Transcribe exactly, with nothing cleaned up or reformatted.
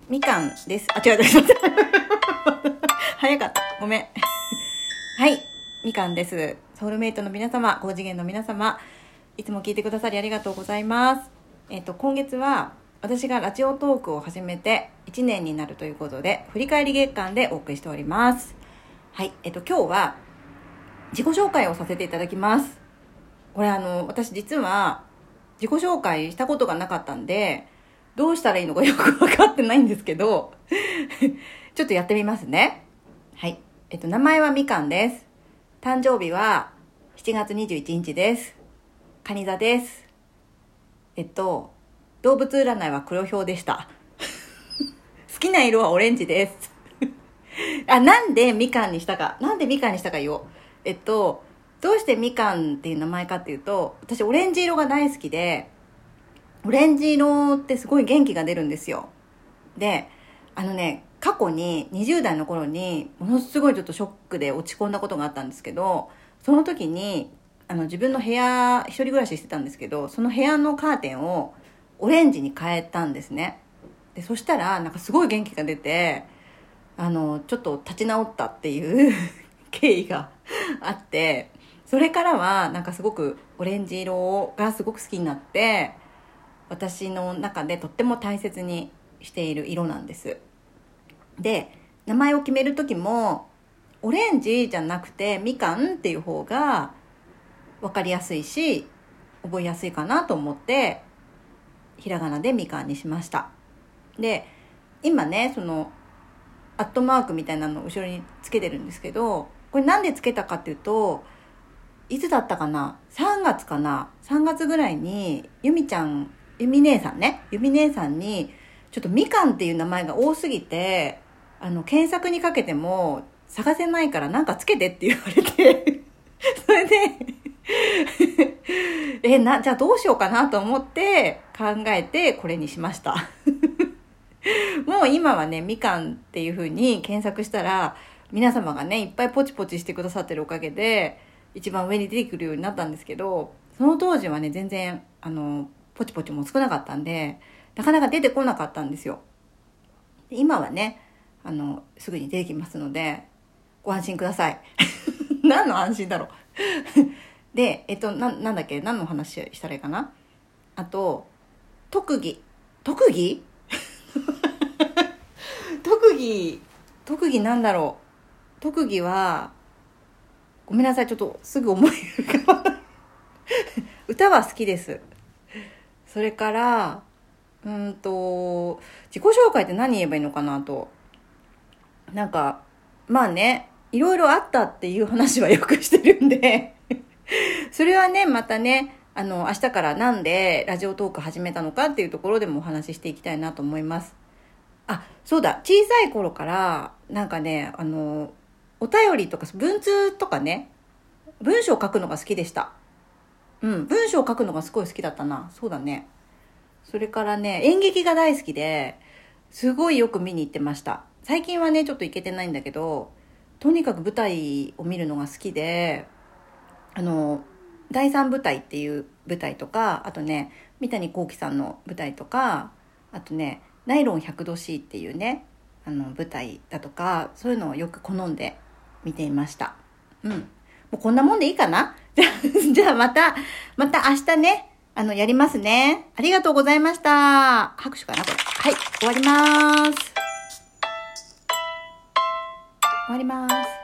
みかんです。あ、違う違う違う。早かった。ごめん。はい。みかんです。ソウルメイトの皆様、高次元の皆様、いつも聞いてくださりありがとうございます。えっと、今月は私がラジオトークを始めていちねんになるということで、振り返り月間でお送りしております。はい。えっと、今日は自己紹介をさせていただきます。これあの、私実は自己紹介したことがなかったんで、どうしたらいいのかよく分かってないんですけど、ちょっとやってみますね。はい。えっと、名前はみかんです。誕生日はしちがつにじゅういちにちです。蟹座です。えっと、動物占いは黒豹でした。好きな色はオレンジです。あ、なんでみかんにしたか。なんでみかんにしたか言おう。えっと、どうしてみかんっていう名前かっていうと、私オレンジ色が大好きで、オレンジ色ってすごい元気が出るんですよ。で、あのね、過去ににじゅう代の頃にものすごいちょっとショックで落ち込んだことがあったんですけど、その時にあの自分の部屋、一人暮らししてたんですけど、その部屋のカーテンをオレンジに変えたんですね。で、そしたらなんかすごい元気が出て、あのちょっと立ち直ったっていう経緯があって、それからはなんかすごくオレンジ色がすごく好きになって、私の中でとっても大切にしている色なんです。で、名前を決める時もオレンジじゃなくてみかんっていう方が分かりやすいし覚えやすいかなと思ってひらがなでみかんにしました。で、今ね、そのアットマークみたいなのを後ろにつけてるんですけど、これなんでつけたかっていうと、いつだったかな、さんがつかな、さんがつぐらいにゆみちゃん、ゆみ姉さんね、ゆみ姉さんにちょっとみかんっていう名前が多すぎて、あの検索にかけても探せないからなんかつけてって言われてそれでえなじゃあどうしようかなと思って考えてこれにしましたもう今はね、みかんっていう風に検索したら皆様がねいっぱいポチポチしてくださってるおかげで一番上に出てくるようになったんですけど、その当時はね全然あのポチポチも少なかったんでなかなか出てこなかったんですよ。今はねあのすぐに出てきますのでご安心ください何の安心だろうで、えっとな、なんだっけ、何の話したらいいかな。あと特技特技特技特技なんだろう。特技はごめんなさい、ちょっとすぐ思い浮かばない歌は好きです。それからうんと自己紹介って何言えばいいのかなと、なんかまあね、いろいろあったっていう話はよくしてるんでそれはねまたね、あの明日からなんでラジオトーク始めたのかっていうところでもお話ししていきたいなと思います。あ、そうだ、小さい頃からなんかね、あのお便りとか文通とかね、文章を書くのが好きでした。うん、文章を書くのがすごい好きだったな。そうだね。それからね、演劇が大好きですごいよく見に行ってました。最近はねちょっと行けてないんだけど、とにかく舞台を見るのが好きで、あの第三舞台っていう舞台とか、あとね三谷幸喜さんの舞台とか、あとねナイロン ひゃくど C っていうねあの舞台だとか、そういうのをよく好んで見ていました。うん、もうこんなもんでいいかなじゃあじゃあまたまた明日ねあのやりますね。ありがとうございました。拍手かなこれ。はい、終わります。終わります。